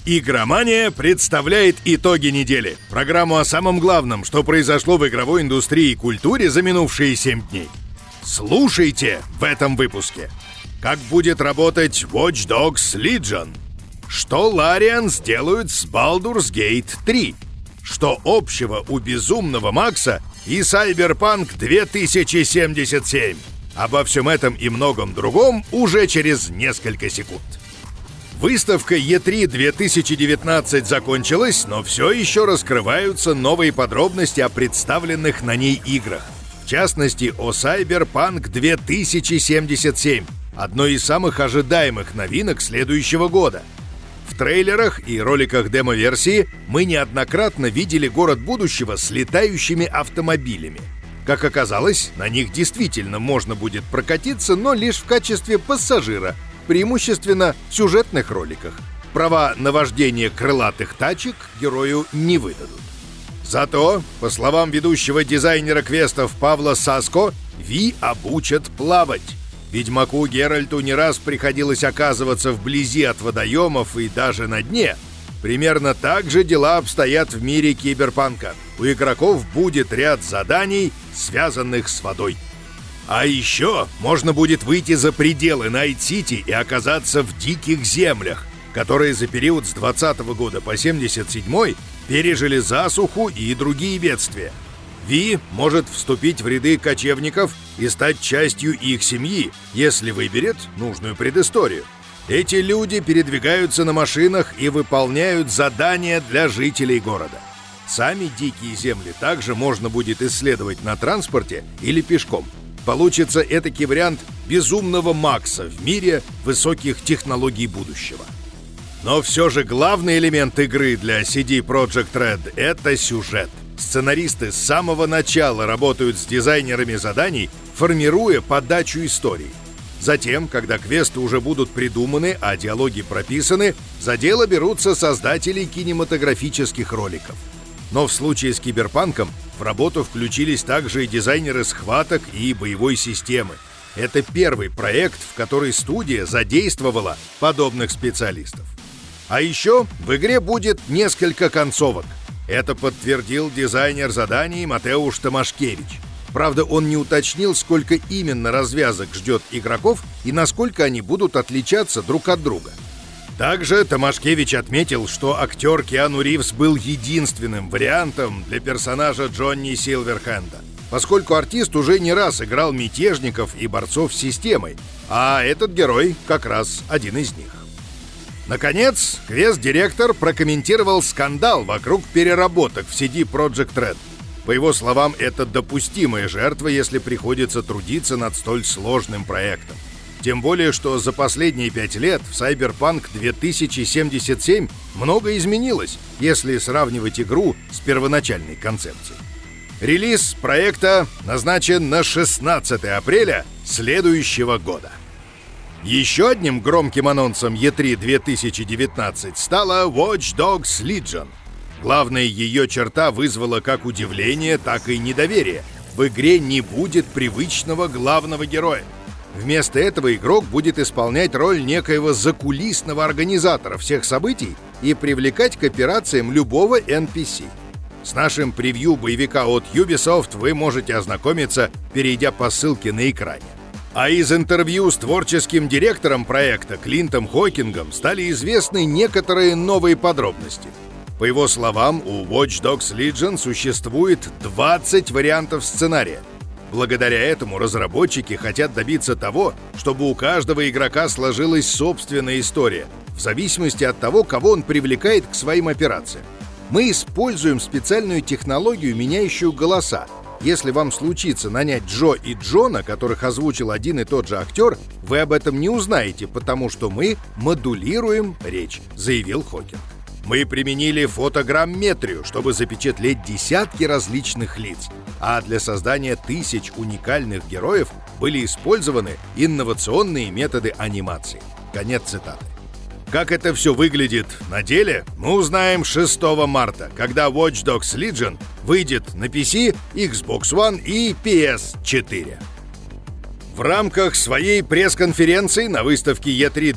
Игромания представляет итоги недели. Программу о самом главном, что произошло в игровой индустрии и культуре за минувшие 7 дней. Слушайте в этом выпуске. Как будет работать Watch Dogs Legion? Что Larian сделают с Baldur's Gate 3? Что общего у Безумного Макса и Cyberpunk 2077? Обо всем этом и многом другом уже через несколько секунд. Выставка E3 2019 закончилась, но все еще раскрываются новые подробности о представленных на ней играх. В частности, о Cyberpunk 2077, одной из самых ожидаемых новинок следующего года. В трейлерах и роликах демо-версии мы неоднократно видели город будущего с летающими автомобилями. Как оказалось, на них действительно можно будет прокатиться, но лишь в качестве пассажира, преимущественно в сюжетных роликах. Права на вождение крылатых тачек герою не выдадут. Зато, по словам ведущего дизайнера квестов Павла Саско, Ви обучат плавать. Ведьмаку Геральту не раз приходилось оказываться вблизи от водоемов и даже на дне. Примерно так же дела обстоят в мире киберпанка. У игроков будет ряд заданий, связанных с водой. А еще можно будет выйти за пределы Найт-Сити и оказаться в диких землях, которые за период с 20 года по 77 пережили засуху и другие бедствия. Ви может вступить в ряды кочевников и стать частью их семьи, если выберет нужную предысторию. Эти люди передвигаются на машинах и выполняют задания для жителей города. Сами дикие земли также можно будет исследовать на транспорте или пешком. Получится этакий вариант Безумного Макса в мире высоких технологий будущего. Но все же главный элемент игры для CD Projekt Red — это сюжет. Сценаристы с самого начала работают с дизайнерами заданий, формируя подачу истории. Затем, когда квесты уже будут придуманы, а диалоги прописаны, за дело берутся создатели кинематографических роликов. Но в случае с Киберпанком в работу включились также и дизайнеры схваток и боевой системы. Это первый проект, в который студия задействовала подобных специалистов. А еще в игре будет несколько концовок. Это подтвердил дизайнер заданий Матеуш Томашкевич. Правда, он не уточнил, сколько именно развязок ждет игроков и насколько они будут отличаться друг от друга. Также Томашкевич отметил, что актер Киану Ривз был единственным вариантом для персонажа Джонни Силверхэнда, поскольку артист уже не раз играл мятежников и борцов с системой, а этот герой как раз один из них. Наконец, квест-директор прокомментировал скандал вокруг переработок в CD Projekt Red. По его словам, это допустимая жертва, если приходится трудиться над столь сложным проектом. Тем более, что за последние 5 лет в Cyberpunk 2077 многое изменилось, если сравнивать игру с первоначальной концепцией. Релиз проекта назначен на 16 апреля следующего года. Еще одним громким анонсом E3 2019 стала Watch Dogs Legion. Главная ее черта вызвала как удивление, так и недоверие. В игре не будет привычного главного героя. Вместо этого игрок будет исполнять роль некоего закулисного организатора всех событий и привлекать к операциям любого NPC. С нашим превью боевика от Ubisoft вы можете ознакомиться, перейдя по ссылке на экране. А из интервью с творческим директором проекта Клинтом Хокингом стали известны некоторые новые подробности. По его словам, у Watch Dogs Legion существует 20 вариантов сценария. Благодаря этому разработчики хотят добиться того, чтобы у каждого игрока сложилась собственная история, в зависимости от того, кого он привлекает к своим операциям. Мы используем специальную технологию, меняющую голоса. Если вам случится нанять Джо и Джона, которых озвучил один и тот же актер, вы об этом не узнаете, потому что мы модулируем речь, заявил Хокинг. Мы применили фотограмметрию, чтобы запечатлеть десятки различных лиц, а для создания тысяч уникальных героев были использованы инновационные методы анимации. Конец цитаты. Как это все выглядит на деле, мы узнаем 6 марта, когда Watch Dogs Legion выйдет на PC, Xbox One и PS4. В В рамках своей пресс-конференции на выставке E3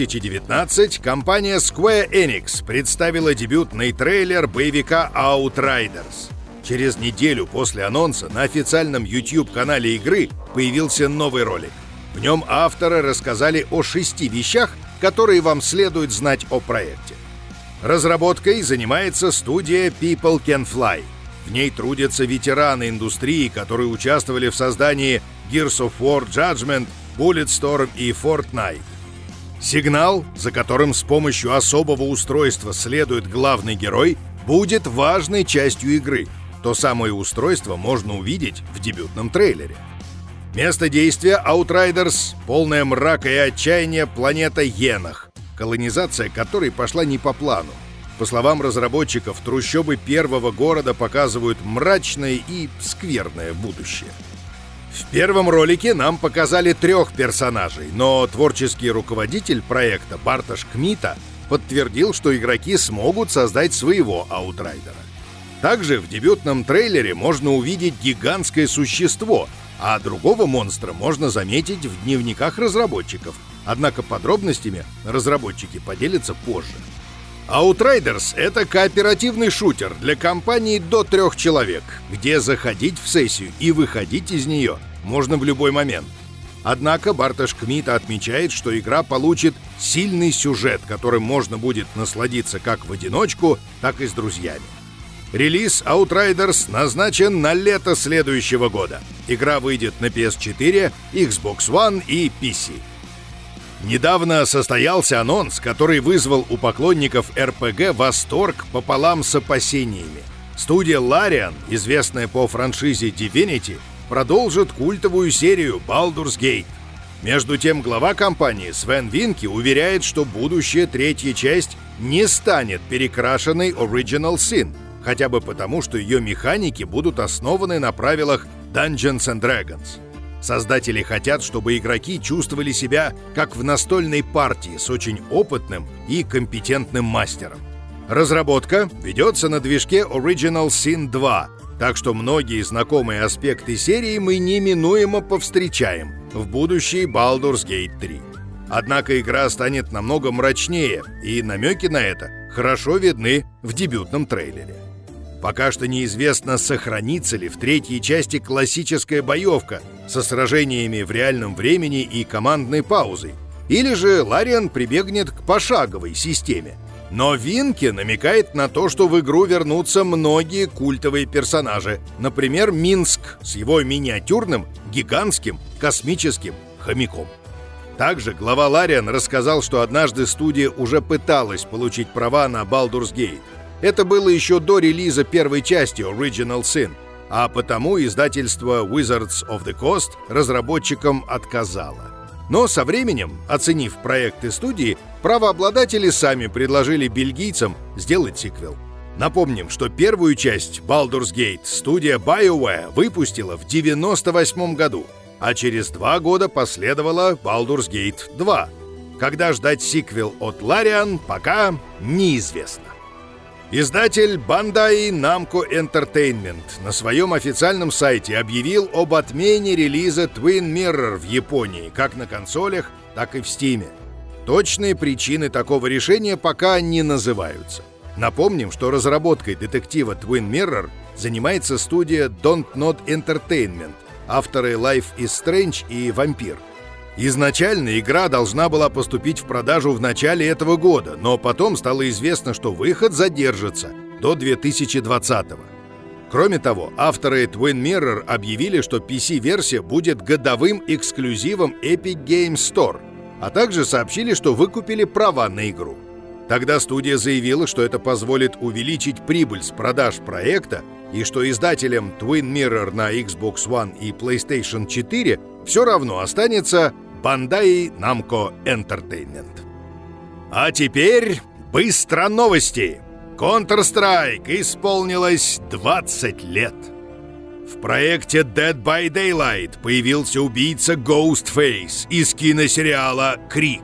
2019 компания Square Enix представила дебютный трейлер боевика Outriders. Через неделю после анонса на официальном YouTube-канале игры появился новый ролик. В нем авторы рассказали о 6 вещах, которые вам следует знать о проекте. Разработкой занимается студия People Can Fly. В ней трудятся ветераны индустрии, которые участвовали в создании Gears of War Judgment, Bulletstorm и Fortnite. Сигнал, за которым с помощью особого устройства следует главный герой, будет важной частью игры. То самое устройство можно увидеть в дебютном трейлере. Место действия Outriders — полная мрака и отчаяния планета Енах, колонизация которой пошла не по плану. По словам разработчиков, трущобы первого города показывают мрачное и скверное будущее. В первом ролике нам показали 3 персонажей, но творческий руководитель проекта Бартош Кмита подтвердил, что игроки смогут создать своего Аутрайдера. Также в дебютном трейлере можно увидеть гигантское существо, а другого монстра можно заметить в дневниках разработчиков. Однако подробностями разработчики поделятся позже. Outriders — это кооперативный шутер для компаний до 3 человек, где заходить в сессию и выходить из нее можно в любой момент. Однако Бартош Кмита отмечает, что игра получит сильный сюжет, которым можно будет насладиться как в одиночку, так и с друзьями. Релиз Outriders назначен на лето следующего года. Игра выйдет на PS4, Xbox One и PC. Недавно состоялся анонс, который вызвал у поклонников RPG восторг пополам с опасениями. Студия Larian, известная по франшизе Divinity, продолжит культовую серию Baldur's Gate. Между тем, глава компании Свен Винки уверяет, что будущая 3-я часть не станет перекрашенной Original Sin, хотя бы потому, что ее механики будут основаны на правилах Dungeons and Dragons. Создатели хотят, чтобы игроки чувствовали себя как в настольной партии с очень опытным и компетентным мастером. Разработка ведется на движке Original Sin 2, так что многие знакомые аспекты серии мы неминуемо повстречаем в будущей Baldur's Gate 3. Однако игра станет намного мрачнее, и намеки на это хорошо видны в дебютном трейлере. Пока что неизвестно, сохранится ли в 3-й части классическая боевка со сражениями в реальном времени и командной паузой, или же Larian прибегнет к пошаговой системе. Но Винки намекает на то, что в игру вернутся многие культовые персонажи, например, Минск с его миниатюрным, гигантским, космическим хомяком. Также глава Larian рассказал, что однажды студия уже пыталась получить права на Baldur's Gate. Это было еще до релиза первой части Original Sin, а потому издательство Wizards of the Coast разработчикам отказало. Но со временем, оценив проекты студии, правообладатели сами предложили бельгийцам сделать сиквел. Напомним, что первую часть Baldur's Gate студия BioWare выпустила в 1998 году, а через 2 года последовала Baldur's Gate 2. Когда ждать сиквел от Larian, пока неизвестно. Издатель Bandai Namco Entertainment на своем официальном сайте объявил об отмене релиза Twin Mirror в Японии, как на консолях, так и в Steam. Точные причины такого решения пока не называются. Напомним, что разработкой детектива Twin Mirror занимается студия Dontnod Entertainment, авторы Life is Strange и Вампир. Изначально игра должна была поступить в продажу в начале этого года, но потом стало известно, что выход задержится до 2020-го. Кроме того, авторы Twin Mirror объявили, что PC-версия будет годовым эксклюзивом Epic Games Store, а также сообщили, что выкупили права на игру. Тогда студия заявила, что это позволит увеличить прибыль с продаж проекта и что издателям Twin Mirror на Xbox One и PlayStation 4 все равно останется Bandai Namco Entertainment. А теперь быстро новости. Counter-Strike исполнилось 20 лет. В проекте Dead by Daylight появился убийца Ghostface из киносериала «Крик».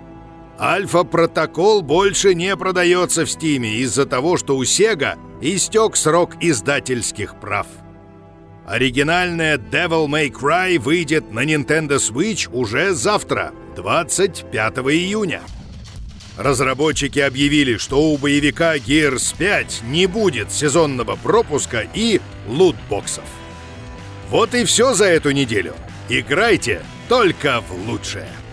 Альфа-протокол больше не продается в Стиме из-за того, что у Sega истек срок издательских прав. Оригинальная Devil May Cry выйдет на Nintendo Switch уже завтра, 25 июня. Разработчики объявили, что у боевика Gears 5 не будет сезонного пропуска и лутбоксов. Вот и все за эту неделю. Играйте только в лучшее.